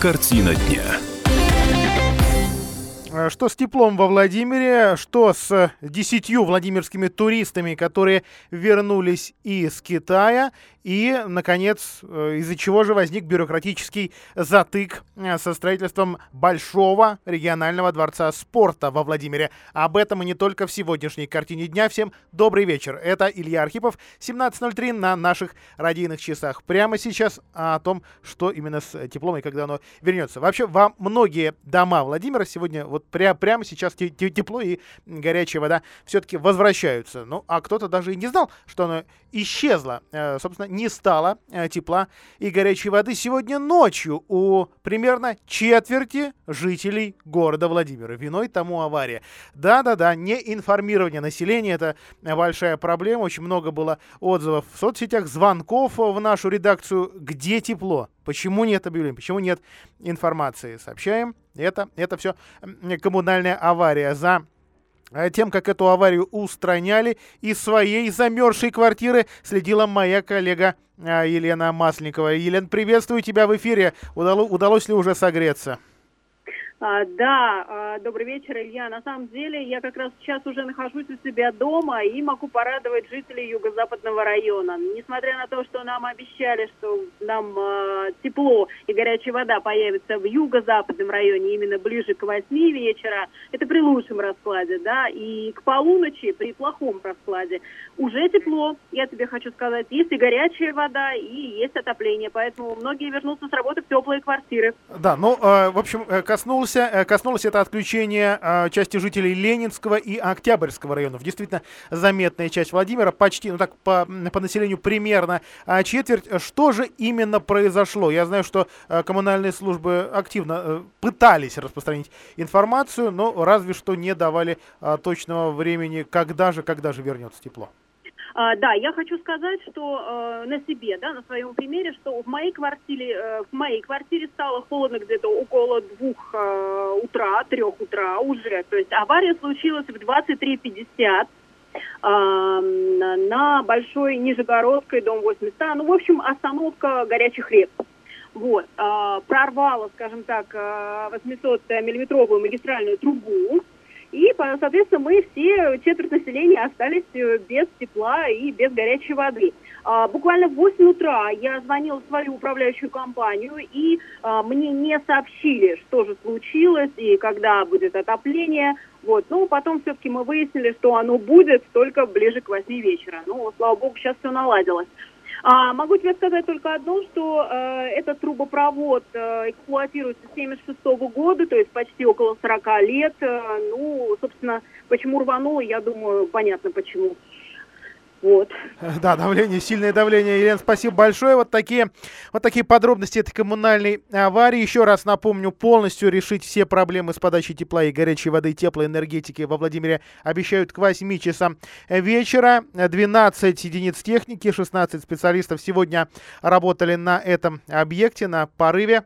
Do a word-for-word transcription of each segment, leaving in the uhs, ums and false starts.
Картина дня. Что с теплом во Владимире, что с десятью владимирскими туристами, которые вернулись из Китая, и, наконец, из-за чего же возник бюрократический затык со строительством большого регионального дворца спорта во Владимире. Об этом и не только в сегодняшней картине дня. Всем добрый вечер. Это Илья Архипов, семнадцать ноль три на наших радийных часах. Прямо сейчас о том, что именно с теплом и когда оно вернется. Вообще, во многие дома Владимира сегодня вот пря- прямо сейчас те- те- тепло и горячая вода все-таки возвращаются. Ну, а кто-то даже и не знал, что оно исчезло. Э, собственно, не стало э, тепла и горячей воды сегодня ночью у примерно четверти жителей города Владимира. Виной тому авария. Да-да-да, неинформирование населения — это большая проблема. Очень много было отзывов в соцсетях, звонков в нашу редакцию. Где тепло? Почему нет объявлений? Почему нет информации? Сообщаем. Это, это все коммунальная авария. За тем, как эту аварию устраняли, из своей замерзшей квартиры следила моя коллега Елена Масленникова. Елена, приветствую тебя в эфире. Удало, удалось ли уже согреться? А, да, а, добрый вечер, Илья. На самом деле, я как раз сейчас уже нахожусь у себя дома и могу порадовать жителей юго-западного района. Несмотря на то, что нам обещали, что нам а, тепло и горячая вода появится в юго-западном районе именно ближе к восьми вечера, это при лучшем раскладе, да, и к полуночи при плохом раскладе уже тепло, я тебе хочу сказать, есть и горячая вода, и есть отопление, поэтому многие вернутся с работы в теплые квартиры. Да, ну, э, в общем, коснулся Коснулось это отключения э, части жителей Ленинского и Октябрьского районов. Действительно, заметная часть Владимира, почти, ну так, по, по населению примерно э, четверть. Что же именно произошло? Я знаю, что э, коммунальные службы активно э, пытались распространить информацию, но разве что не давали э, точного времени, когда же, когда же вернется тепло. А, да, я хочу сказать, что э, на себе, да, на своем примере, что в моей квартире, э, в моей квартире стало холодно где-то около двух э, утра, трех утра уже. То есть авария случилась в двадцать три пятьдесят э, на Большой Нижегородской, дом восемьдесят. Ну, в общем, остановка горячий хлеб. Вот, э, прорвало, скажем так, восьмисотмиллиметровую магистральную трубу. И, соответственно, мы все, четверть населения, остались без тепла и без горячей воды. А, буквально в восемь утра я звонила в свою управляющую компанию, и а, мне не сообщили, что же случилось и когда будет отопление. Вот. Ну, потом все-таки мы выяснили, что оно будет только ближе к восьми вечера. Ну, слава богу, сейчас все наладилось. А, могу тебе сказать только одно, что э, этот трубопровод э, эксплуатируется с семьдесят шестого года, то есть почти около сорока лет. Э, ну, собственно, почему рвануло, я думаю, понятно почему. Вот. Да, давление, сильное давление. Елена, спасибо большое. Вот такие, вот такие подробности этой коммунальной аварии. Еще раз напомню, полностью решить все проблемы с подачей тепла и горячей воды и теплоэнергетики во Владимире обещают к восьми часам вечера. двенадцать единиц техники, шестнадцать специалистов сегодня работали на этом объекте, на порыве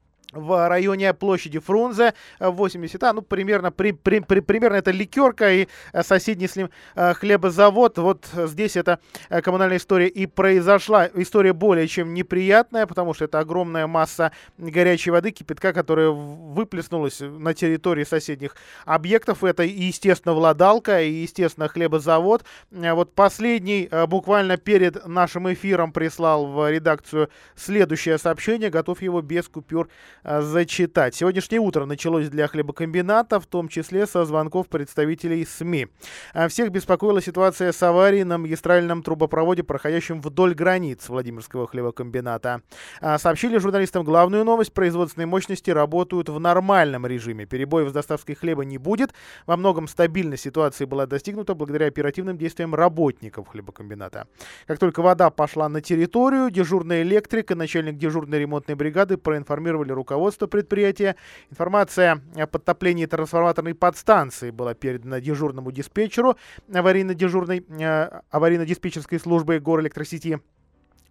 в районе площади Фрунзе, восемьдесят, а, ну, примерно, при, при, при, примерно это Ликерка и соседний с ним хлебозавод. Вот здесь эта коммунальная история и произошла. История более чем неприятная, потому что это огромная масса горячей воды, кипятка, которая выплеснулась на территории соседних объектов. Это, естественно, Владалка и, естественно, хлебозавод. Вот последний буквально перед нашим эфиром прислал в редакцию следующее сообщение. Готов его без купюр зачитать. Сегодняшнее утро началось для хлебокомбината, в том числе со звонков представителей СМИ. Всех беспокоила ситуация с аварией на магистральном трубопроводе, проходящем вдоль границ Владимирского хлебокомбината. Сообщили журналистам главную новость: производственные мощности работают в нормальном режиме. Перебоев с доставкой хлеба не будет. Во многом стабильность ситуации была достигнута благодаря оперативным действиям работников хлебокомбината. Как только вода пошла на территорию, дежурный электрик и начальник дежурной ремонтной бригады проинформировали руководство руководство предприятия. Информация о подтоплении трансформаторной подстанции была передана дежурному диспетчеру аварийно-дежурной, э, аварийно-диспетчерской службы Горэлектросети.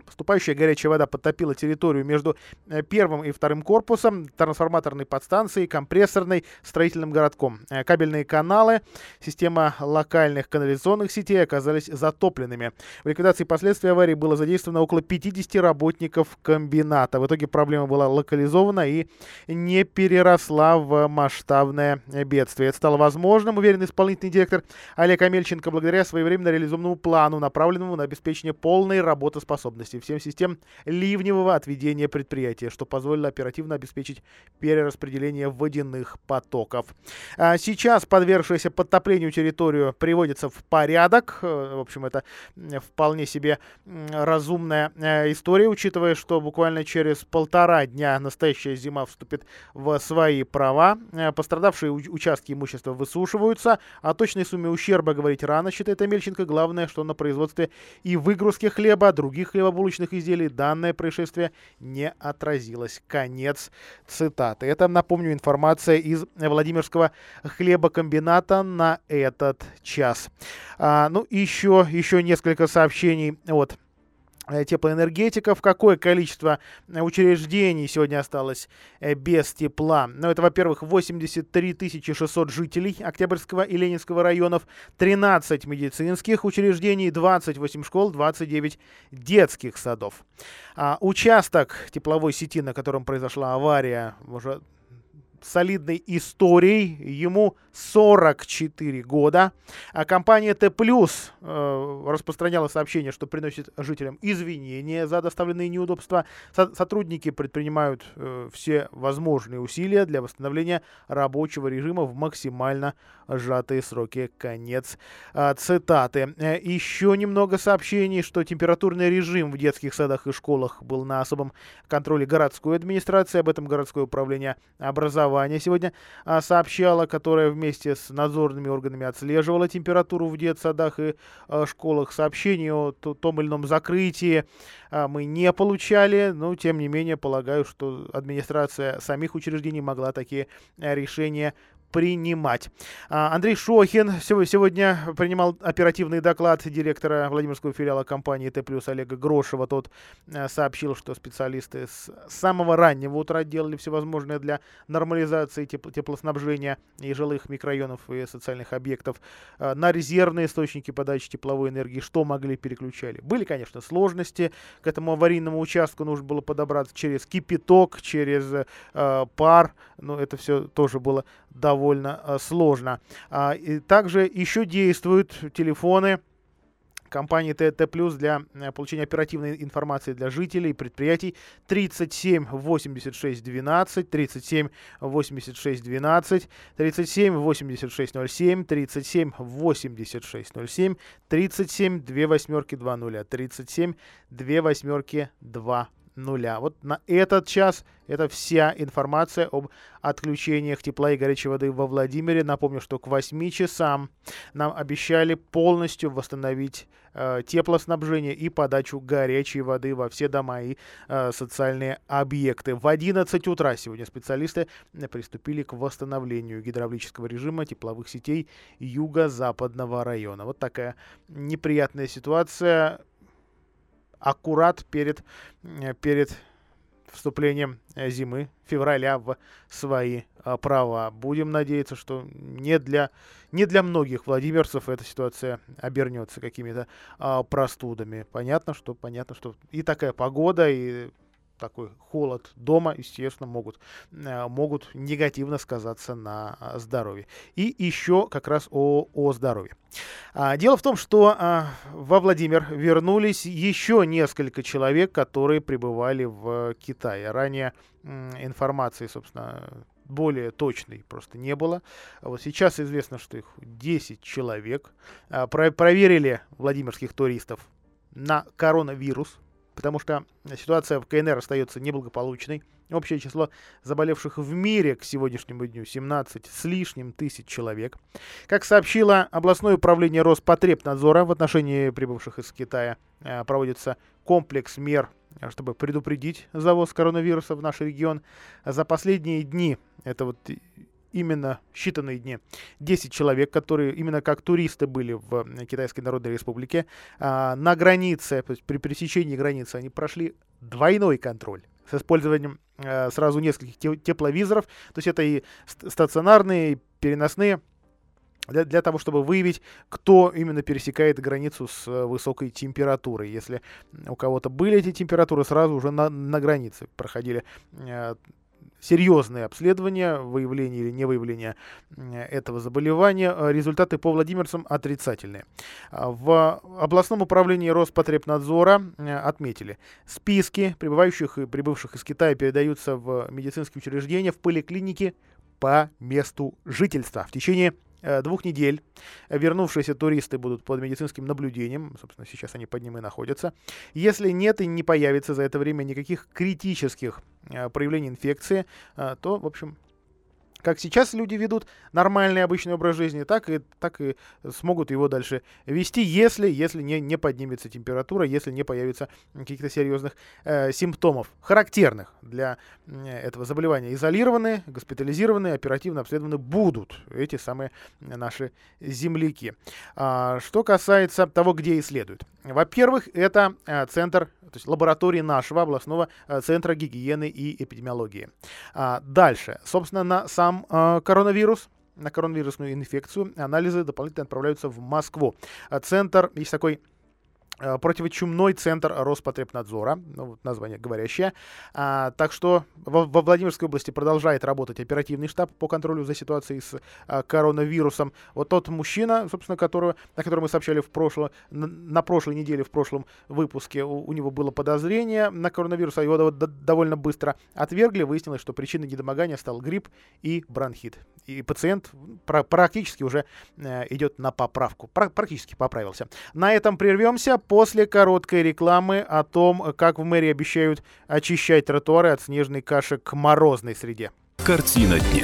Поступающая горячая вода подтопила территорию между первым и вторым корпусом, трансформаторной подстанцией, компрессорной, строительным городком. Кабельные каналы, система локальных канализационных сетей оказались затопленными. В ликвидации последствий аварии было задействовано около пятидесяти работников комбината. В итоге проблема была локализована и не переросла в масштабное бедствие. Это стало возможным, уверен исполнительный директор Олег Амельченко, благодаря своевременно реализованному плану, направленному на обеспечение полной работоспособности всем систем ливневого отведения предприятия, что позволило оперативно обеспечить перераспределение водяных потоков. А сейчас подвергшаяся подтоплению территорию приводится в порядок. В общем, это вполне себе разумная история, учитывая, что буквально через полтора дня настоящая зима вступит в свои права. Пострадавшие участки имущества высушиваются. О точной сумме ущерба говорить рано, считает Амельченко. Главное, что на производстве и выгрузке хлеба, других хлебобулочных изделий данное происшествие не отразилось. Конец цитаты. Это, напомню, информация из Владимирского хлебокомбината на этот час. А, ну, еще, еще несколько сообщений от теплоэнергетиков. Какое количество учреждений сегодня осталось без тепла? Ну, это, во-первых, восемьдесят три тысячи шестьсот жителей Октябрьского и Ленинского районов, тринадцать медицинских учреждений, двадцать восемь школ, двадцать девять детских садов. А, участок тепловой сети, на котором произошла авария, уже солидной историей, ему сорок четыре года. А компания Т плюс э, распространяла сообщение, что приносит жителям извинения за доставленные неудобства. Со- сотрудники предпринимают э, все возможные усилия для восстановления рабочего режима в максимально сжатые сроки. Конец э, цитаты. Э, еще немного сообщений, что температурный режим в детских садах и школах был на особом контроле городской администрации. Об этом городское управление образования сегодня а, сообщало, которое вместе с надзорными органами отслеживало температуру в детсадах и а, школах. Сообщений о т- том или ином закрытии а, мы не получали, но тем не менее полагаю, что администрация самих учреждений могла такие а, решения принимать. Андрей Шохин сегодня принимал оперативный доклад директора Владимирского филиала компании Т плюс Олега Грошева. Тот сообщил, что специалисты с самого раннего утра делали всевозможное для нормализации тепл- теплоснабжения и жилых микрорайонов и социальных объектов на резервные источники подачи тепловой энергии, что могли, переключали. Были, конечно, сложности. К этому аварийному участку нужно было подобраться через кипяток, через э, пар, но это все тоже было довольно э, сложно. А, и также еще действуют телефоны компании Т плюс для э, получения оперативной информации для жителей и предприятий. тридцать семь восемьдесят шесть двенадцать, тридцать семь восемьдесят шесть двенадцать, тридцать семь восемьдесят шесть ноль семь, тридцать семь восемьдесят шесть ноль семь, тридцать семь две восьмерки два нуля, тридцать семь две восьмерки два нуля. Вот на этот час это вся информация об отключениях тепла и горячей воды во Владимире. Напомню, что к восьми часам нам обещали полностью восстановить э, теплоснабжение и подачу горячей воды во все дома и э, социальные объекты. В одиннадцать утра сегодня специалисты приступили к восстановлению гидравлического режима тепловых сетей юго-западного района. Вот такая неприятная ситуация аккурат перед, перед вступлением зимы, февраля в свои а, права. Будем надеяться, что не для, не для многих владимирцев эта ситуация обернется какими-то а, простудами. Понятно, что, понятно, что и такая погода, и такой холод дома, естественно, могут, могут негативно сказаться на здоровье. И еще как раз о, о здоровье. Дело в том, что во Владимир вернулись еще несколько человек, которые пребывали в Китае. Ранее информации, собственно, более точной просто не было. Вот сейчас известно, что их десять человек. Про- проверили владимирских туристов на коронавирус, потому что ситуация в К Н Р остается неблагополучной. Общее число заболевших в мире к сегодняшнему дню семнадцать с лишним тысяч человек. Как сообщило областное управление Роспотребнадзора, в отношении прибывших из Китая проводится комплекс мер, чтобы предупредить завоз коронавируса в наш регион. За последние дни, это вот именно считанные дни десять человек, которые именно как туристы были в Китайской Народной Республике. А, на границе, то есть при пересечении границы, они прошли двойной контроль с использованием а, сразу нескольких тепловизоров. То есть это и стационарные, и переносные. Для, для того, чтобы выявить, кто именно пересекает границу с э, высокой температурой. Если у кого-то были эти температуры, сразу уже на, на границе проходили э, серьезные обследования, выявление или невыявление э, этого заболевания. Результаты по владимирцам отрицательные. В областном управлении Роспотребнадзора э, отметили, списки прибывающих и прибывших из Китая передаются в медицинские учреждения, в поликлинике по месту жительства. В течение двух недель вернувшиеся туристы будут под медицинским наблюдением. Собственно, сейчас они под ним и находятся. Если нет и не появится за это время никаких критических э, проявлений инфекции, э, то, в общем, как сейчас люди ведут нормальный обычный образ жизни, так и, так и смогут его дальше вести, если, если не, не поднимется температура, если не появится каких-то серьезных э, симптомов, характерных для э, этого заболевания. Изолированные, госпитализированные, оперативно обследованы будут эти самые наши земляки. А, что касается того, где исследуют. Во-первых, это э, центр, то есть лаборатории нашего областного э, центра гигиены и эпидемиологии. А, дальше, собственно, на сам э, коронавирус, на коронавирусную инфекцию анализы дополнительно отправляются в Москву. Центр, есть такой противочумной центр Роспотребнадзора, ну, вот название говорящее. А, так что во, во Владимирской области продолжает работать оперативный штаб по контролю за ситуацией с а, коронавирусом. Вот тот мужчина, собственно, которого, о котором мы сообщали в прошлом, на, на прошлой неделе, в прошлом выпуске, у, у него было подозрение на коронавирус, а его до, до, довольно быстро отвергли. Выяснилось, что причиной недомогания стал грипп и бронхит. И пациент про, практически уже э, идет на поправку. Про, практически поправился. На этом прервемся. После короткой рекламы о том, как в мэрии обещают очищать тротуары от снежной каши к морозной среде. Картина дня.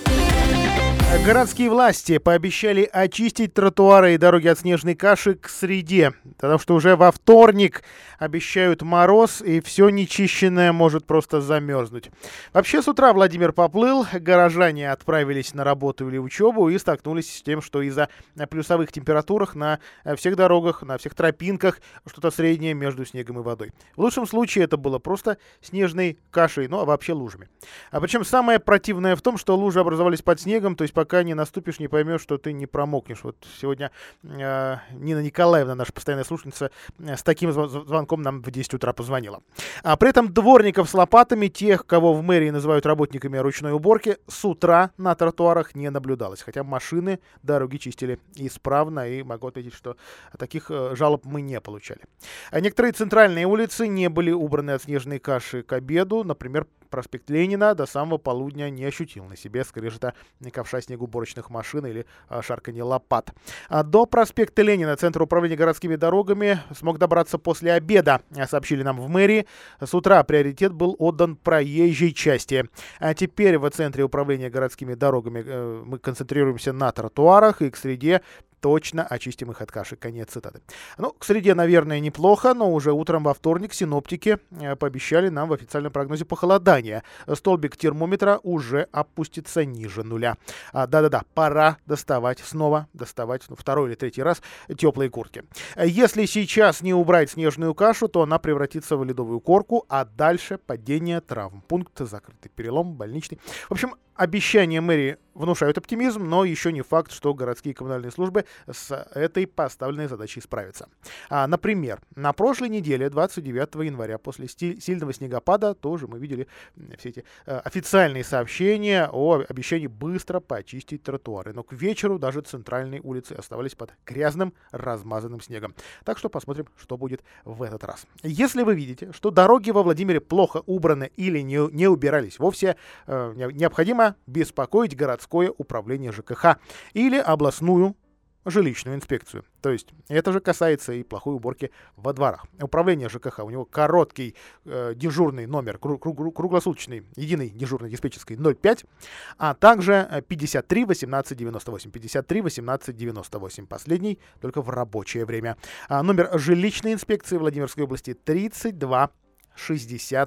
Городские власти пообещали очистить тротуары и дороги от снежной каши к среде, потому что уже во вторник обещают мороз, и все нечищенное может просто замерзнуть. Вообще, с утра Владимир поплыл, горожане отправились на работу или учебу и столкнулись с тем, что из-за плюсовых температурах на всех дорогах, на всех тропинках что-то среднее между снегом и водой. В лучшем случае это было просто снежной кашей, ну а вообще лужами. А причем самое противное в том, что лужи образовались под снегом, то есть пока не наступишь, не поймешь, что ты не промокнешь. Вот сегодня э, Нина Николаевна, наша постоянная слушательница, э, с таким зв- звонком нам в десять утра позвонила. А при этом дворников с лопатами, тех, кого в мэрии называют работниками ручной уборки, с утра на тротуарах не наблюдалось. Хотя машины дороги чистили исправно, и могу ответить, что таких э, жалоб мы не получали. А некоторые центральные улицы не были убраны от снежной каши к обеду. Например, проспект Ленина до самого полудня не ощутил на себе скрежета ковша снегоуборочных машин или а, шарканье лопат. А до проспекта Ленина Центр управления городскими дорогами смог добраться после обеда, сообщили нам в мэрии. С утра приоритет был отдан проезжей части. А теперь в Центре управления городскими дорогами э, мы концентрируемся на тротуарах и к среде точно очистим их от каши. Конец цитаты. Ну, к среде, наверное, неплохо, но уже утром во вторник синоптики э, пообещали нам в официальном прогнозе похолодания. Столбик термометра уже опустится ниже нуля. А, да-да-да, пора доставать, снова доставать, ну, второй или третий раз теплые куртки. Если сейчас не убрать снежную кашу, то она превратится в ледовую корку, а дальше падение травмпункт, закрытый перелом, больничный. В общем, обещания мэрии внушают оптимизм, но еще не факт, что городские коммунальные службы с этой поставленной задачей справятся. А, например, на прошлой неделе, двадцать девятого января, после стиль, сильного снегопада, тоже мы видели все эти э, официальные сообщения о обещании быстро почистить тротуары. Но к вечеру даже центральные улицы оставались под грязным, размазанным снегом. Так что посмотрим, что будет в этот раз. Если вы видите, что дороги во Владимире плохо убраны или не, не убирались вовсе, э, необходимо беспокоить городское управление ЖКХ или областную жилищную инспекцию. То есть это же касается и плохой уборки во дворах. Управление ЖКХ, у него короткий э, дежурный номер, круг, круг, круглосуточный, единый дежурный диспетчерский ноль пять, а также пятьдесят три восемнадцать девяносто восемь. пятьдесят три восемнадцать девяносто восемь. Последний только в рабочее время. А номер жилищной инспекции Владимирской области тридцать два шестьдесят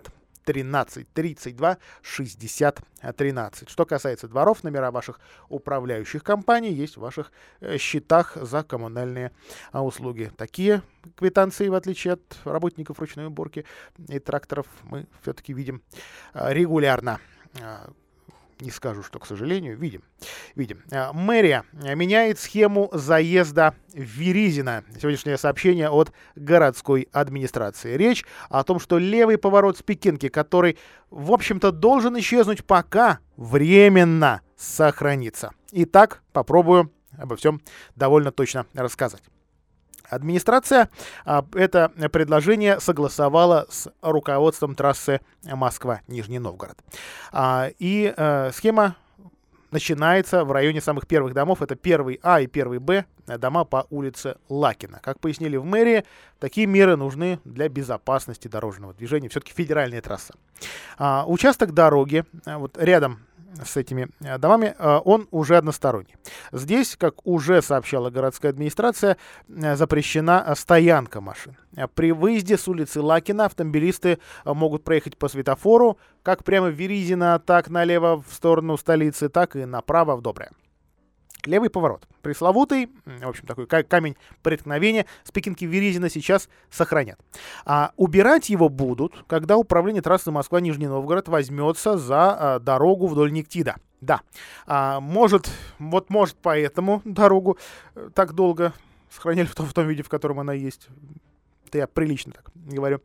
тринадцать тридцать два шестьдесят тринадцать. Что касается дворов, номера ваших управляющих компаний есть в ваших э, счетах за коммунальные а, услуги. Такие квитанции, в отличие от работников ручной уборки и тракторов, мы все-таки видим а, регулярно. А, Не скажу, что, к сожалению, видим. видим. Мэрия меняет схему заезда в Веризино. Сегодняшнее сообщение от городской администрации. Речь о том, что левый поворот с Пекинки, который, в общем-то, должен исчезнуть, пока временно сохранится. Итак, попробую обо всем довольно точно рассказать. Администрация а, это предложение согласовала с руководством трассы Москва-Нижний Новгород. А, и а, схема начинается в районе самых первых домов. Это первый А и первый Б дома по улице Лакина. Как пояснили в мэрии, такие меры нужны для безопасности дорожного движения. Все-таки федеральная трасса. А, участок дороги вот рядом с этими домами, он уже односторонний. Здесь, как уже сообщала городская администрация, запрещена стоянка машин. При выезде с улицы Лакина автомобилисты могут проехать по светофору, как прямо в Веризино, так налево в сторону столицы, так и направо в Доброе. Левый поворот. Пресловутый, в общем, такой камень преткновения с Пекинки в Веризино сейчас сохранят. А убирать его будут, когда управление трассы Москва-Нижний Новгород возьмется за а, дорогу вдоль Нектида. Да, а, может, вот может поэтому дорогу так долго сохраняли в том, в том виде, в котором она есть. Это я прилично так говорю.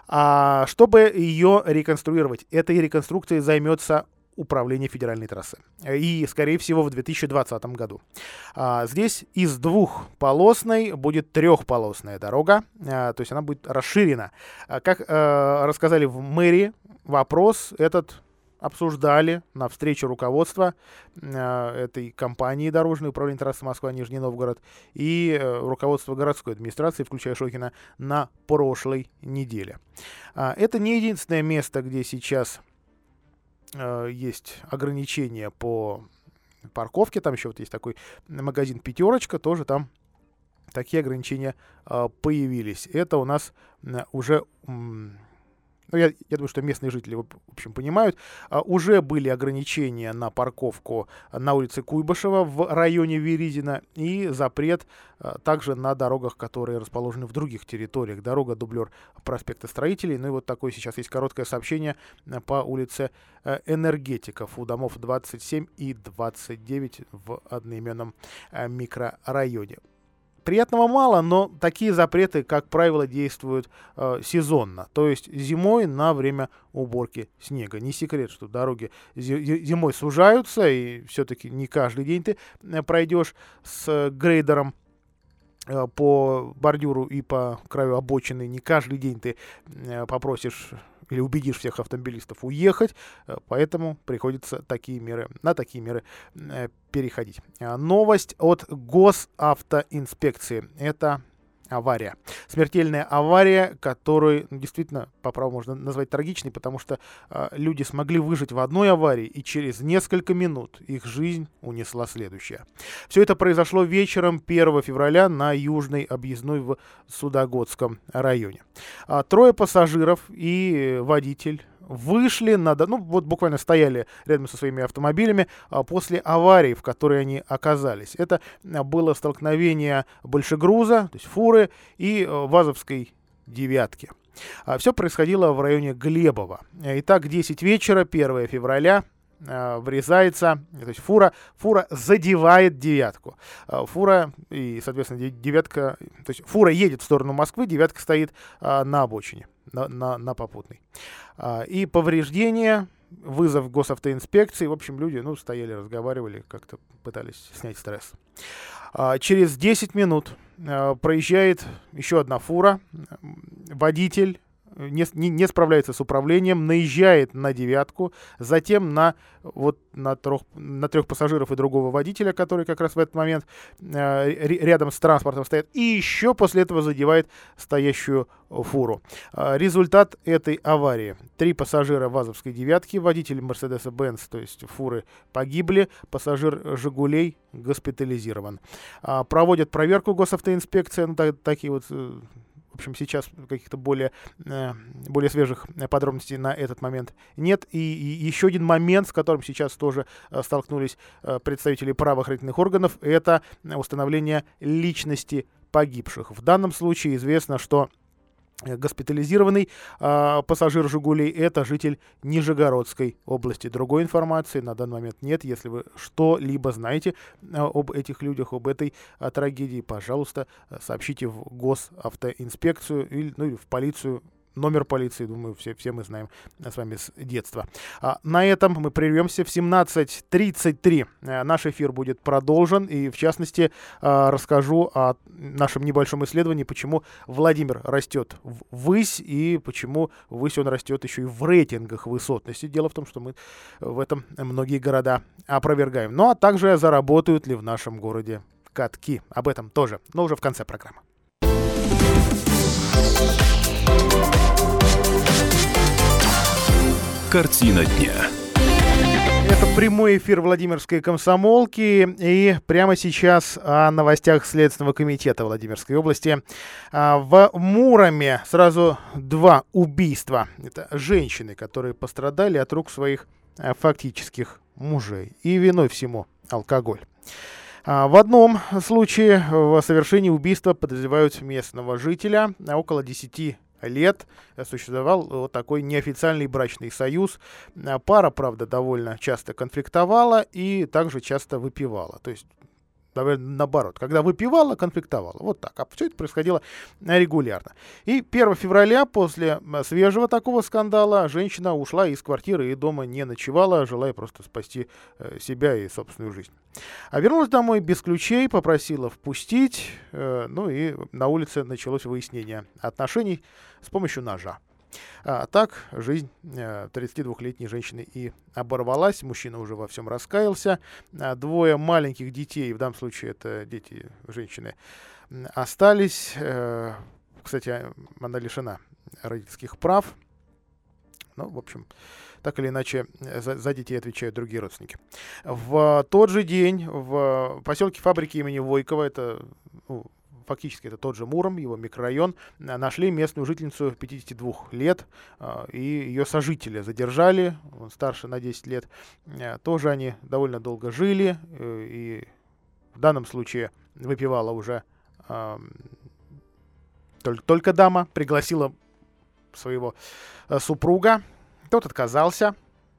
А, чтобы ее реконструировать, этой реконструкцией займется управление федеральной трассы. И, скорее всего, в две тысячи двадцатом году. А, здесь из двухполосной будет трехполосная дорога, а, то есть она будет расширена. А, как а, рассказали в мэрии, вопрос этот обсуждали на встрече руководства а, этой компании дорожной управления трассы Москва-Нижний Новгород и а, руководство городской администрации, включая Шохина, на прошлой неделе. А, это не единственное место, где сейчас есть ограничения по парковке. Там еще вот есть такой магазин «Пятерочка», тоже там такие ограничения э, появились. Это у нас э, уже... М- Ну, я, я думаю, что местные жители, в общем, понимают. А, уже были ограничения на парковку на улице Куйбышева в районе Веризино и запрет а, также на дорогах, которые расположены в других территориях. Дорога дублер проспекта Строителей. Ну и вот такое сейчас есть короткое сообщение по улице а, Энергетиков у домов двадцать семь и двадцать девять в одноименном а, микрорайоне. Приятного мало, но такие запреты, как правило, действуют э, сезонно, то есть зимой на время уборки снега. Не секрет, что дороги зи- зимой сужаются, и все-таки не каждый день ты пройдешь с грейдером э, по бордюру и по краю обочины, не каждый день ты э, попросишь или убедишь всех автомобилистов уехать, поэтому приходится такие меры, на такие меры э, переходить. Новость от госавтоинспекции. Это авария. Смертельная авария, которую ну, действительно по праву можно назвать трагичной, потому что э, люди смогли выжить в одной аварии, и через несколько минут их жизнь унесла следующая. Все это произошло вечером первого февраля на Южной объездной в Судогодском районе. А, трое пассажиров и водитель вышли на... Ну, вот буквально стояли рядом со своими автомобилями а, после аварии, в которой они оказались. Это а, было столкновение большегруза, то есть фуры, и а, вазовской девятки. А, все происходило в районе Глебова. Итак, десять вечера, первого февраля, а, врезается, то есть фура, фура задевает девятку. А, фура и, соответственно, девятка... То есть фура едет в сторону Москвы, девятка стоит а, на обочине. На, на, на попутной. А, и повреждения, вызов госавтоинспекции. В общем, люди ну, стояли, разговаривали, как-то пытались снять стресс. А, через десять минут а, проезжает еще одна фура. Водитель не, не, не справляется с управлением, наезжает на девятку, затем на, вот, на, трех, на трех пассажиров и другого водителя, который как раз в этот момент э, рядом с транспортом стоит, и еще после этого задевает стоящую фуру. Э, результат этой аварии. Три пассажира вазовской девятки, водитель Мерседеса-Бенц, то есть фуры, погибли, пассажир Жигулей госпитализирован. Э, проводят проверку госавтоинспекции, ну, так, такие вот... общем, сейчас каких-то более, более свежих подробностей на этот момент нет. И, и еще один момент, с которым сейчас тоже столкнулись представители правоохранительных органов, это установление личности погибших. В данном случае известно, что госпитализированный э, пассажир «Жигулей» — это житель Нижегородской области. Другой информации на данный момент нет. Если вы что-либо знаете э, об этих людях, об этой э, трагедии, пожалуйста, э, сообщите в госавтоинспекцию или, ну, или в полицию. Номер полиции, думаю, все, все мы знаем с вами с детства. А, на этом мы прервемся. В семнадцать тридцать три а, наш эфир будет продолжен. И, в частности, а, расскажу о нашем небольшом исследовании, почему Владимир растет ввысь и почему ввысь он растет еще и в рейтингах высотности. Дело в том, что мы в этом многие города опровергаем. Ну, а также заработают ли в нашем городе катки. Об этом тоже, но уже в конце программы. Картина дня. Это прямой эфир Владимирской комсомолки. И прямо сейчас о новостях Следственного комитета Владимирской области. В Муроме сразу два убийства. Это женщины, которые пострадали от рук своих фактических мужей. И виной всему алкоголь. В одном случае в совершении убийства подозревают местного жителя. Около десяти лет существовал вот такой неофициальный брачный союз. Пара, правда, довольно часто конфликтовала и также часто выпивала. То есть, наоборот, когда выпивала, конфликтовала. Вот так. А все это происходило регулярно. И первого февраля, после свежего такого скандала, женщина ушла из квартиры и дома не ночевала, желая просто спасти себя и собственную жизнь. А вернулась домой без ключей, попросила впустить, э, ну и на улице началось выяснение отношений с помощью ножа. А так жизнь э, тридцатидвухлетней женщины и оборвалась. Мужчина уже во всем раскаялся. А двое маленьких детей, в данном случае это дети женщины, остались. Э, кстати, она лишена родительских прав. Ну, в общем, так или иначе, за, за детей отвечают другие родственники. В тот же день в поселке Фабрики имени Войкова, это, ну, фактически это тот же Муром, его микрорайон, нашли местную жительницу пятидесяти двух лет, и ее сожителя задержали, он старше на десять лет. Тоже они довольно долго жили, и в данном случае выпивала уже только, только дама, пригласила своего супруга. Тот отказался,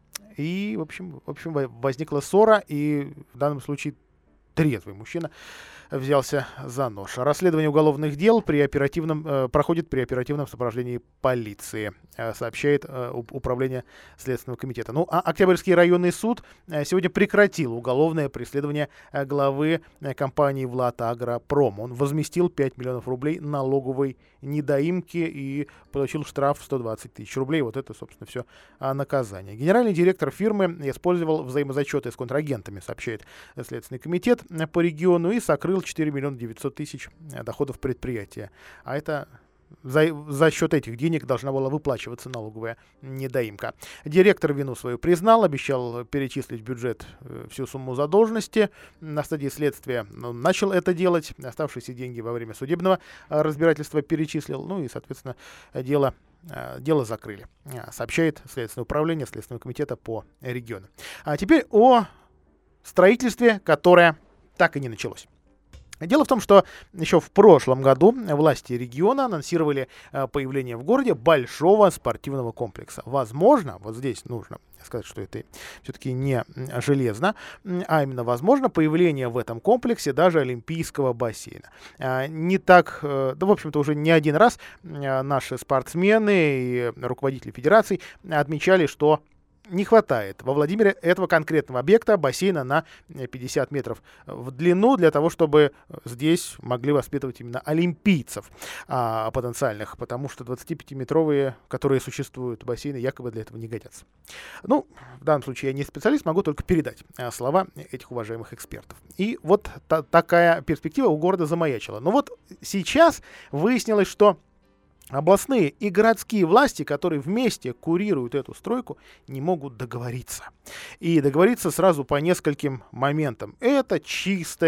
и, в общем, в общем, возникла ссора, и в данном случае трезвый мужчина взялся за нож. Расследование уголовных дел при оперативном, э, проходит при оперативном сопровождении полиции, э, сообщает э, Управление Следственного комитета. Ну, а Октябрьский районный суд э, сегодня прекратил уголовное преследование э, главы э, компании «Владагропром». Он возместил пять миллионов рублей налоговой недоимки и получил штраф в сто двадцать тысяч рублей. Вот это, собственно, все а, наказание. Генеральный директор фирмы использовал взаимозачеты с контрагентами, сообщает Следственный комитет по региону, и сокрыл четыре миллиона девятьсот тысяч доходов предприятия. А это за, за счет этих денег должна была выплачиваться налоговая недоимка. Директор вину свою признал, обещал перечислить в бюджет всю сумму задолженности. На стадии следствия он начал это делать. Оставшиеся деньги во время судебного разбирательства перечислил. Ну и, соответственно, дело, дело закрыли, сообщает Следственное управление Следственного комитета по региону. А теперь о строительстве, которое так и не началось. Дело в том, что еще в прошлом году власти региона анонсировали э, появление в городе большого спортивного комплекса. Возможно, вот здесь нужно сказать, что это все-таки не железно, а именно возможно появление в этом комплексе даже олимпийского бассейна. Э, не так, э, да, в общем-то, уже не один раз э, наши спортсмены и руководители федераций отмечали, что не хватает во Владимире этого конкретного объекта, бассейна на пятьдесят метров в длину, для того, чтобы здесь могли воспитывать именно олимпийцев а, потенциальных, потому что двадцатипятиметровые, которые существуют, бассейны якобы для этого не годятся. Ну, в данном случае я не специалист, могу только передать а, слова этих уважаемых экспертов. И вот та- такая перспектива у города замаячила. Но вот сейчас выяснилось, что областные и городские власти, которые вместе курируют эту стройку, не могут договориться. И договориться сразу по нескольким моментам. Это чистая,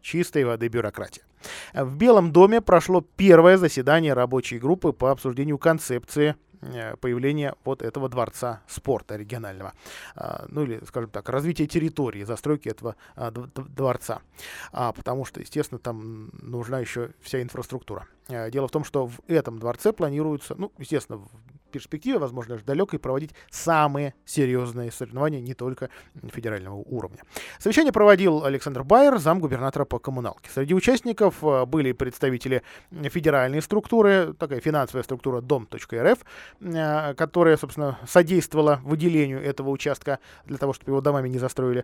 чистой воды бюрократия. В Белом доме прошло первое заседание рабочей группы по обсуждению концепции появления вот этого дворца спорта регионального. Ну или, скажем так, развития территории, застройки этого дворца. Потому что, естественно, там нужна еще вся инфраструктура. Дело в том, что в этом дворце планируется, ну, естественно, в перспективе, возможно, даже далекой, проводить самые серьезные соревнования не только федерального уровня. Совещание проводил Александр Байер, замгубернатора по коммуналке. Среди участников были представители федеральной структуры, такая финансовая структура дом точка эр эф, которая, собственно, содействовала выделению этого участка для того, чтобы его домами не застроили.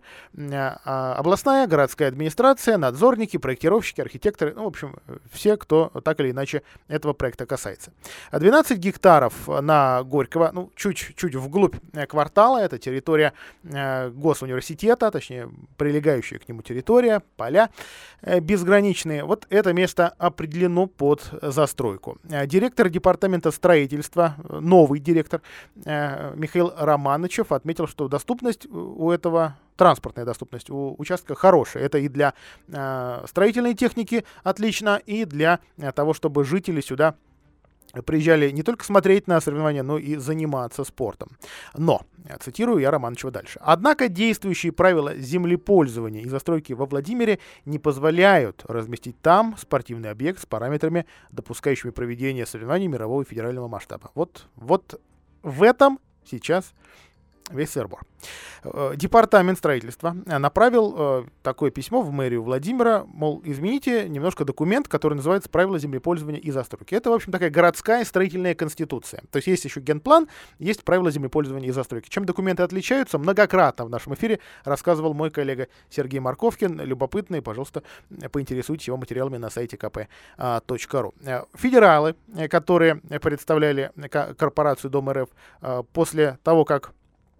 Областная, городская администрация, надзорники, проектировщики, архитекторы, ну, в общем, все, кто так или иначе этого проекта касается. двенадцать гектаров на Горького, ну, чуть-чуть вглубь квартала, это территория э, госуниверситета, точнее, прилегающая к нему территория, поля э, безграничные. Вот это место определено под застройку. Э, директор департамента строительства, новый директор э, Михаил Романычев отметил, что доступность у этого транспортная доступность у участка хорошая. Это и для э, строительной техники отлично, и для э, того, чтобы жители сюда приезжали не только смотреть на соревнования, но и заниматься спортом. Но, цитирую я Романычева дальше. Однако действующие правила землепользования и застройки во Владимире не позволяют разместить там спортивный объект с параметрами, допускающими проведение соревнований мирового и федерального масштаба. Вот, вот в этом сейчас весь сыр-бор. Департамент строительства направил э, такое письмо в мэрию Владимира, мол, измените немножко документ, который называется «Правила землепользования и застройки». Это, в общем, такая городская строительная конституция. То есть есть еще генплан, есть правила землепользования и застройки. Чем документы отличаются, многократно в нашем эфире рассказывал мой коллега Сергей Марковкин. Любопытный, пожалуйста, поинтересуйтесь его материалами на сайте ка пэ точка ру. Федералы, которые представляли корпорацию Дом эр эф, после того, как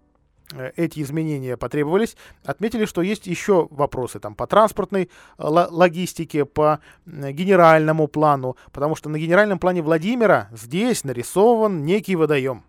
эти изменения потребовались, отметили, что есть еще вопросы там, по транспортной логистике, по генеральному плану, потому что на генеральном плане Владимира здесь нарисован некий водоем.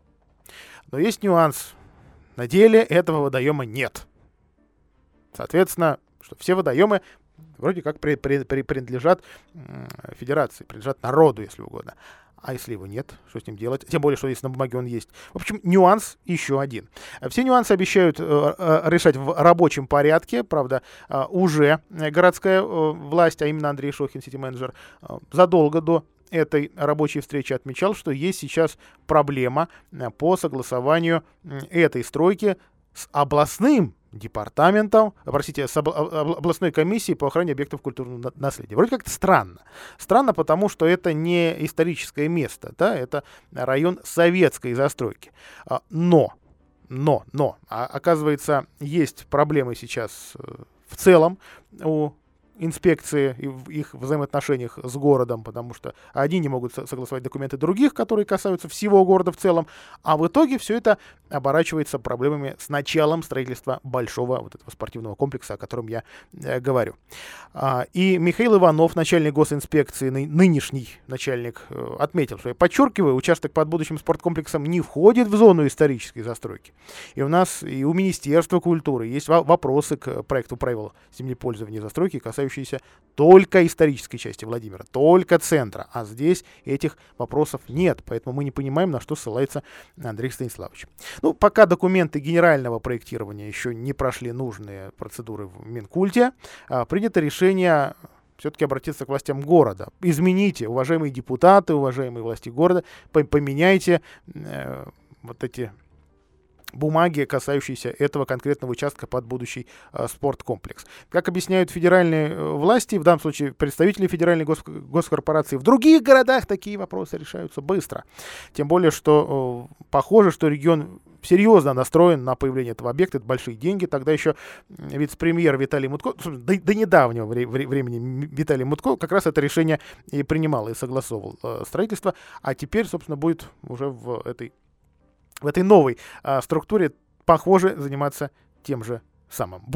Но есть нюанс. На деле этого водоема нет. Соответственно, что все водоемы вроде как при, при, при, принадлежат э, федерации, принадлежат народу, если угодно. А если его нет, что с ним делать? Тем более, что если на бумаге он есть. В общем, нюанс еще один. Все нюансы обещают э, э, решать в рабочем порядке. Правда, э, уже городская э, власть, а именно Андрей Шохин, сити-менеджер, э, задолго до этой рабочей встречи отмечал, что есть сейчас проблема э, по согласованию э, этой стройки с областным департаментом, простите, с областной комиссией по охране объектов культурного наследия. Вроде как-то странно. Странно, потому что это не историческое место, да, это район советской застройки. Но, но, но, оказывается, есть проблемы сейчас в целом у инспекции и в их взаимоотношениях с городом, потому что одни не могут согласовать документы других, которые касаются всего города в целом, а в итоге все это оборачивается проблемами с началом строительства большого вот этого спортивного комплекса, о котором я э, говорю. А, и Михаил Иванов, начальник госинспекции, ны- нынешний начальник, э, отметил, что, я подчеркиваю, участок под будущим спорткомплексом не входит в зону исторической застройки. И у нас, и у Министерства культуры есть в- вопросы к проекту правил землепользования и застройки, касающиеся только исторической части Владимира, только центра. А здесь этих вопросов нет, поэтому мы не понимаем, на что ссылается Андрей Станиславович. Ну, пока документы генерального проектирования еще не прошли нужные процедуры в Минкульте, принято решение все-таки обратиться к властям города. Измените, уважаемые депутаты, уважаемые власти города, поменяйте э, вот эти бумаги, касающиеся этого конкретного участка под будущий э, спорткомплекс. Как объясняют федеральные э, власти, в данном случае представители федеральной гос- госкорпорации, в других городах такие вопросы решаются быстро. Тем более, что э, похоже, что регион серьезно настроен на появление этого объекта. Это большие деньги. Тогда еще вице-премьер Виталий Мутко, до, до недавнего вре- вре- времени Виталий Мутко как раз это решение и принимал, и согласовывал э, строительство. А теперь, собственно, будет уже в этой в этой новой а, структуре, похоже, заниматься тем же самым. Будем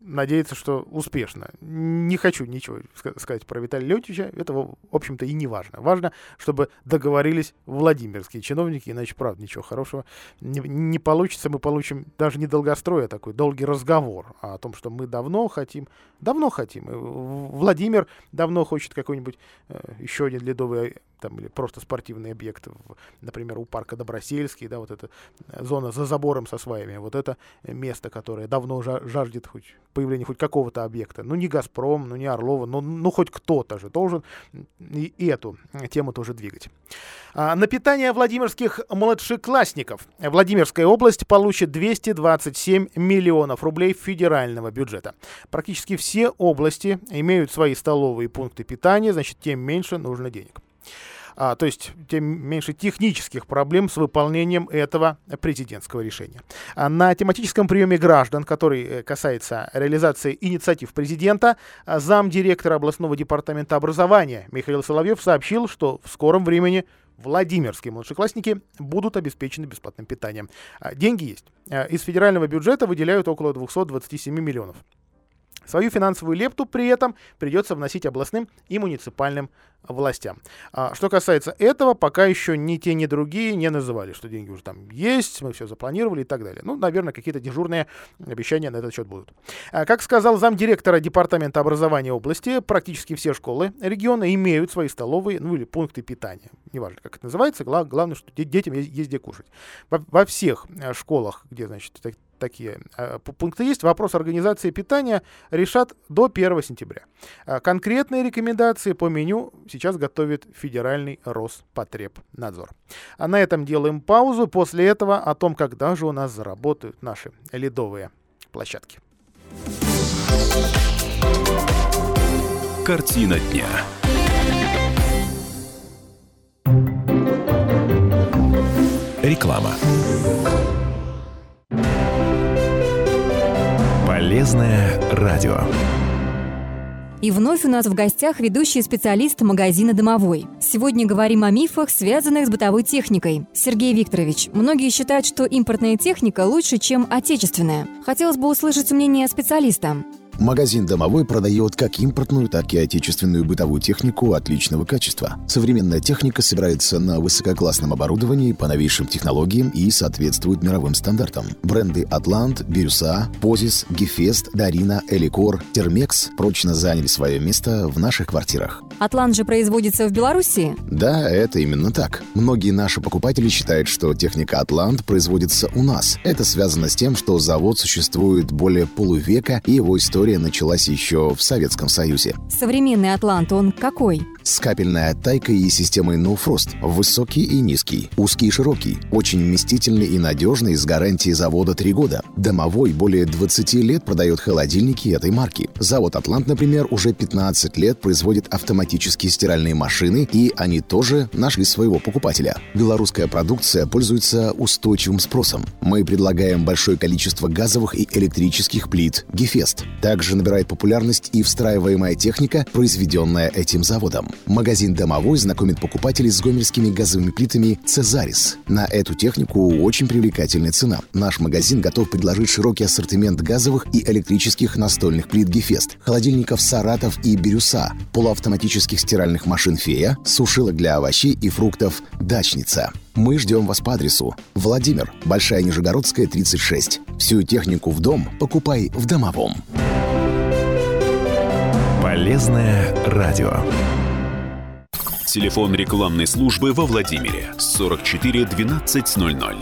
надеяться, что успешно. Не хочу ничего сказать про Виталия Леонтьевича. Это, в общем-то, и не важно. Важно, чтобы договорились владимирские чиновники, иначе, правда, ничего хорошего не, не получится. Мы получим даже не долгострой, а такой долгий разговор о том, что мы давно хотим, давно хотим. Владимир давно хочет какой-нибудь э, еще один ледовый там, или просто спортивный объект, в, например, у парка Добросельский, да, вот эта зона за забором со сваями, вот это место, которое давно жаждет хоть появления хоть какого-то объекта. Ну, не «Газпром», ну, не Орлова, но ну, хоть кто-то же должен и, и эту тему тоже двигать. А, на питание владимирских младшеклассников Владимирская область получит двести двадцать семь миллионов рублей федерального бюджета. Практически все области имеют свои столовые пункты питания, значит, тем меньше нужно денег. А, то есть тем меньше технических проблем с выполнением этого президентского решения. А на тематическом приеме граждан, который касается реализации инициатив президента, замдиректора областного департамента образования Михаил Соловьев сообщил, что в скором времени владимирские младшеклассники будут обеспечены бесплатным питанием. А, деньги есть. А, из федерального бюджета выделяют около двести двадцать семь миллионов. Свою финансовую лепту при этом придется вносить областным и муниципальным властям. А что касается этого, пока еще ни те, ни другие не называли, что деньги уже там есть, мы все запланировали и так далее. Ну, наверное, какие-то дежурные обещания на этот счет будут. А, как сказал замдиректора департамента образования области, практически все школы региона имеют свои столовые, ну или пункты питания. Неважно, как это называется, гла- главное, что детям есть, есть где кушать. Во, во всех школах, где, значит, так, такие э, пункты есть, вопрос организации питания решат до первого сентября. А конкретные рекомендации по меню сейчас готовит Федеральный Роспотребнадзор. А на этом делаем паузу. После этого о том, когда же у нас заработают наши ледовые площадки. Картина дня. Реклама. Полезное радио. И вновь у нас в гостях ведущий специалист магазина «Домовой». Сегодня говорим о мифах, связанных с бытовой техникой. Сергей Викторович, многие считают, что импортная техника лучше, чем отечественная. Хотелось бы услышать мнение специалиста. Магазин «Домовой» продает как импортную, так и отечественную бытовую технику отличного качества. Современная техника собирается на высококлассном оборудовании по новейшим технологиям и соответствует мировым стандартам. Бренды «Атлант», «Бирюса», «Позис», «Гефест», «Дарина», «Эликор», «Термекс» прочно заняли свое место в наших квартирах. «Атлант» же производится в Беларуси? Да, это именно так. Многие наши покупатели считают, что техника «Атлант» производится у нас. Это связано с тем, что завод существует более полувека, и его история началась еще в Советском Союзе. Современный «Атлант», он какой? С капельной оттайкой и системой No Frost. Высокий и низкий, узкий и широкий. Очень вместительный и надежный, с гарантией завода три года. «Домовой» более двадцати лет продает холодильники этой марки. Завод «Атлант», например, уже пятнадцать лет производит автоматические стиральные машины, и они тоже нашли своего покупателя. Белорусская продукция пользуется устойчивым спросом. Мы предлагаем большое количество газовых и электрических плит «Гефест». Также набирает популярность и встраиваемая техника, произведенная этим заводом. Магазин «Домовой» знакомит покупателей с гомельскими газовыми плитами «Цезарис». На эту технику очень привлекательная цена. Наш магазин готов предложить широкий ассортимент газовых и электрических настольных плит «Гефест», холодильников «Саратов» и «Бирюса», полуавтоматических стиральных машин «Фея», сушилок для овощей и фруктов «Дачница». Мы ждем вас по адресу: Владимир, Большая Нижегородская, тридцать шесть. Всю технику в дом покупай в «Домовом». Полезное радио. Телефон рекламной службы во Владимире сорок четыре двенадцать ноль ноль.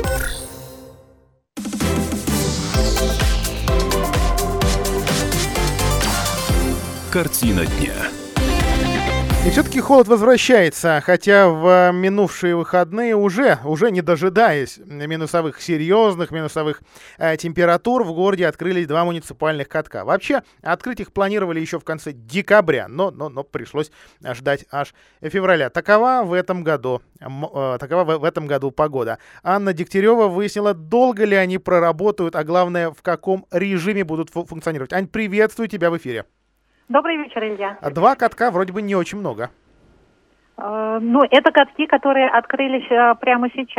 Картина дня. И все-таки холод возвращается, хотя в минувшие выходные уже, уже не дожидаясь минусовых, серьезных минусовых э, температур, в городе открылись два муниципальных катка. Вообще, открыть их планировали еще в конце декабря, но, но, но пришлось ждать аж февраля. Такова в этом году, э, такова в, в этом году погода. Анна Дегтярева выяснила, долго ли они проработают, а главное, в каком режиме будут фу- функционировать. Ань, приветствую тебя в эфире. Добрый вечер, Илья. Два катка вроде бы не очень много. Э, ну, это катки, которые открылись э, прямо сейчас.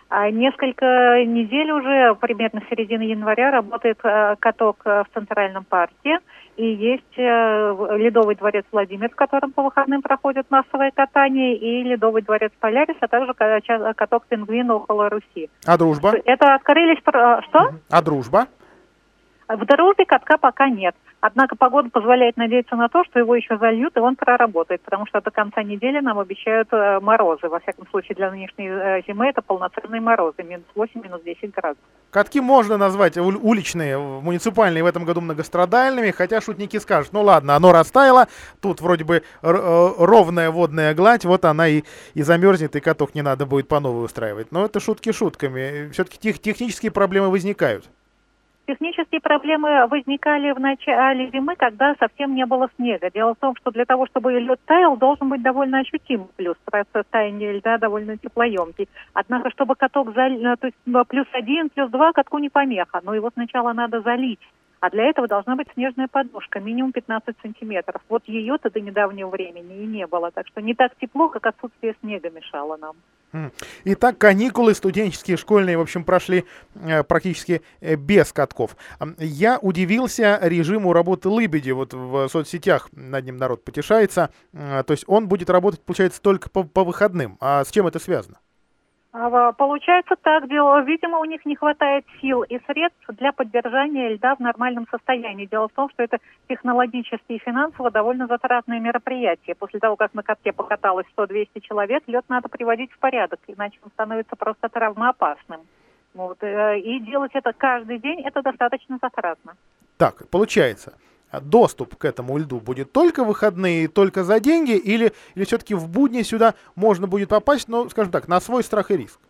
А несколько недель уже, примерно с середины января, работает э, каток э, в Центральном парке. И есть э, Ледовый дворец Владимир, в котором по выходным проходит массовое катание, и Ледовый дворец Полярис, а также каток Пингвина около Руси. А дружба? Это открылись... Что? А дружба? В Дружбе катка пока нет. Однако погода позволяет надеяться на то, что его еще зальют, и он проработает, потому что до конца недели нам обещают э, морозы. Во всяком случае, для нынешней э, зимы это полноценные морозы, минус восемь, минус десять градусов. Катки можно назвать ули- уличные, муниципальные в этом году многострадальными, хотя шутники скажут, ну ладно, оно растаяло, тут вроде бы р- э, ровная водная гладь, вот она и, и замерзнет, и каток не надо будет по новой устраивать. Но это шутки шутками, все-таки тех- технические проблемы возникают. Технические проблемы возникали в начале зимы, когда совсем не было снега. Дело в том, что для того, чтобы лед таял, должен быть довольно ощутимый плюс. Процесс таяния льда довольно теплоемкий. Однако, чтобы каток залить, то есть плюс один, плюс два, катку не помеха. Но его сначала надо залить. А для этого должна быть снежная подушка, минимум пятнадцать сантиметров. Вот ее-то до недавнего времени и не было. Так что не так тепло, как отсутствие снега мешало нам. Итак, каникулы студенческие, школьные, в общем, прошли э, практически э, без катков. Я удивился режиму работы «Лыбеди». Вот в соцсетях над ним народ потешается. Э, то есть он будет работать, получается, только по, по выходным. А с чем это связано? Получается так, дело, видимо, у них не хватает сил и средств для поддержания льда в нормальном состоянии. Дело в том, что это технологически и финансово довольно затратное мероприятие. После того, как на катке покаталось сто-двести человек, лед надо приводить в порядок, иначе он становится просто травмоопасным. Вот, и делать это каждый день, это достаточно затратно. Так, получается, доступ к этому льду будет только в выходные, только за деньги, или, или все-таки в будни сюда можно будет попасть, ну, скажем так, на свой страх и риск?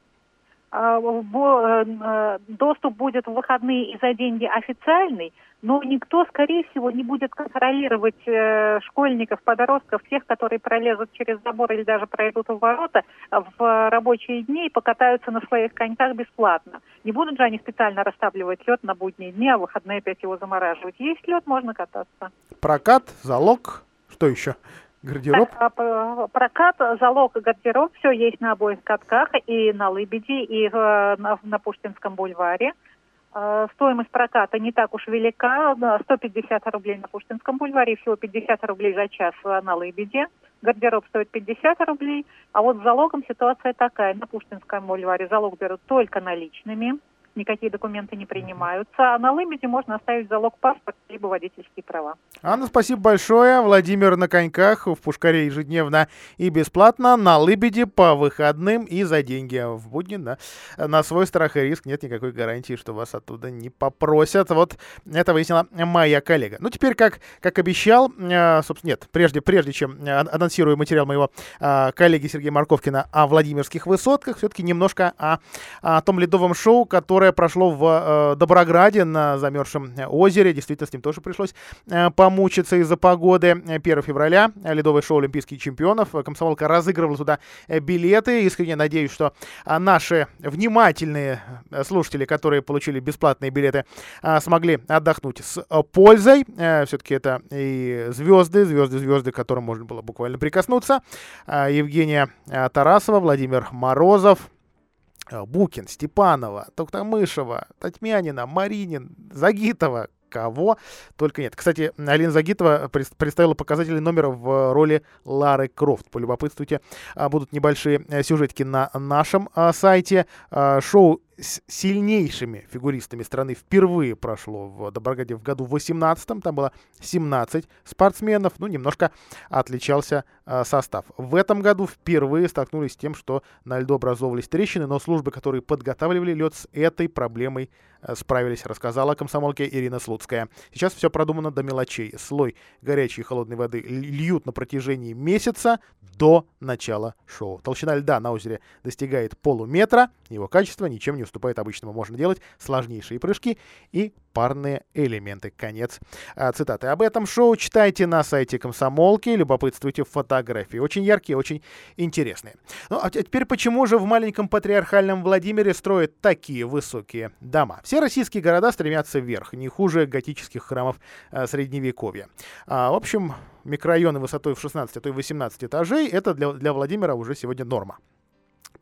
Доступ будет в выходные и за деньги официальный, но никто, скорее всего, не будет контролировать э, школьников, подростков, тех, которые пролезут через забор или даже пройдут в ворота в рабочие дни и покатаются на своих коньках бесплатно. Не будут же они специально расставливать лед на будние дни, а в выходные опять его замораживать. Есть лед, можно кататься. Прокат, залог, что еще? Гардероб? Так, прокат, залог, гардероб, все есть на обоих катках, и на Лыбеди, и э, на, на Пушкинском бульваре. Э, стоимость проката не так уж велика, сто пятьдесят рублей на Пушкинском бульваре, и всего пятьдесят рублей за час на Лыбеди. Гардероб стоит пятьдесят рублей, а вот с залогом ситуация такая. На Пушкинском бульваре залог берут только наличными, никакие документы не принимаются, а на Лыбеди можно оставить залог паспорт либо водительские права. Анна, спасибо большое. Владимир на коньках в Пушкаре ежедневно и бесплатно, на Лыбеди по выходным и за деньги. А в будни на, на свой страх и риск нет никакой гарантии, что вас оттуда не попросят. Вот это выяснила моя коллега. Ну, теперь, как, как обещал, э, собственно, нет, прежде, прежде чем анонсирую материал моего э, коллеги Сергея Марковкина о Владимирских высотках, все-таки немножко о, о том ледовом шоу, которое прошло в э, Доброграде на замерзшем озере. Действительно, с ним тоже пришлось э, помучиться из-за погоды. первого февраля ледовое шоу «Олимпийских чемпионов». Комсомолка разыгрывала туда билеты. Искренне надеюсь, что э, наши внимательные слушатели, которые получили бесплатные билеты, э, смогли отдохнуть с э, пользой. Э, все-таки это и звезды, звезды, звезды, к которым можно было буквально прикоснуться. Э, Евгения э, Тарасова, Владимир Морозов, Букин, Степанова, Токтамышева, Татьмянина, Маринин, Загитова, кого только нет. Кстати, Алина Загитова представила показатели номера в роли Лары Крофт. Полюбопытствуйте, будут небольшие сюжетки на нашем сайте. Шоу с сильнейшими фигуристами страны впервые прошло в Доброграде в году восемнадцатом. Там было семнадцать спортсменов. Ну, немножко отличался э, состав. В этом году впервые столкнулись с тем, что на льду образовывались трещины, но службы, которые подготавливали лед, с этой проблемой э, справились, рассказала комсомолке Ирина Слуцкая. Сейчас все продумано до мелочей. Слой горячей и холодной воды льют на протяжении месяца до начала шоу. Толщина льда на озере достигает полуметра. Его качество ничем не уступает обычному. Можно делать сложнейшие прыжки и парные элементы. Конец а, цитаты. Об этом шоу читайте на сайте комсомолки, любопытствуйте фотографии. Очень яркие, очень интересные. Ну, а теперь почему же в маленьком патриархальном Владимире строят такие высокие дома? Все российские города стремятся вверх, не хуже готических храмов а, Средневековья. А, в общем, микрорайоны высотой в шестнадцать, а то и восемнадцать этажей — это для, для Владимира уже сегодня норма.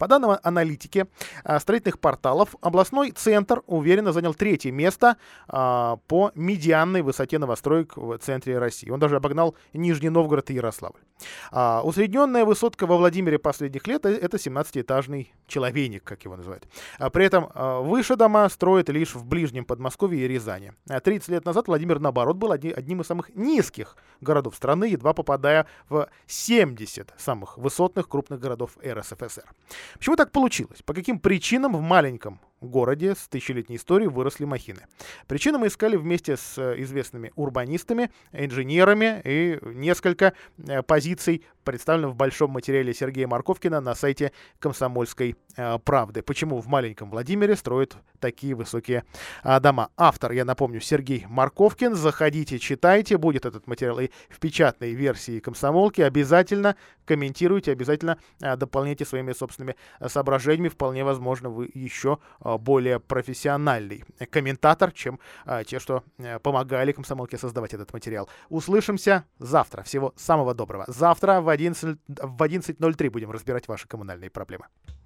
По данным аналитики строительных порталов, областной центр уверенно занял третье место по медианной высоте новостроек в центре России. Он даже обогнал Нижний Новгород и Ярославль. Усредненная высотка во Владимире последних лет — это семнадцатиэтажный человейник, как его называют. При этом выше дома строят лишь в ближнем Подмосковье и Рязани. тридцать лет назад Владимир, наоборот, был одним из самых низких городов страны, едва попадая в семьдесят самых высотных крупных городов эр эс эф эс эр. Почему так получилось? По каким причинам в маленьком городе с тысячелетней историей выросли махины? Причины мы искали вместе с известными урбанистами, инженерами, и несколько позиций представлены в большом материале Сергея Марковкина на сайте «Комсомольской правды». Почему в маленьком Владимире строят такие высокие дома? Автор, я напомню, Сергей Марковкин. Заходите, читайте. Будет этот материал и в печатной версии «Комсомолки». Обязательно комментируйте, обязательно дополняйте своими собственными соображениями. Вполне возможно, вы еще более профессиональный комментатор, чем те, что помогали «Комсомолке» создавать этот материал. Услышимся завтра. Всего самого доброго. Завтра в одиннадцать ноль три будем разбирать ваши коммунальные проблемы.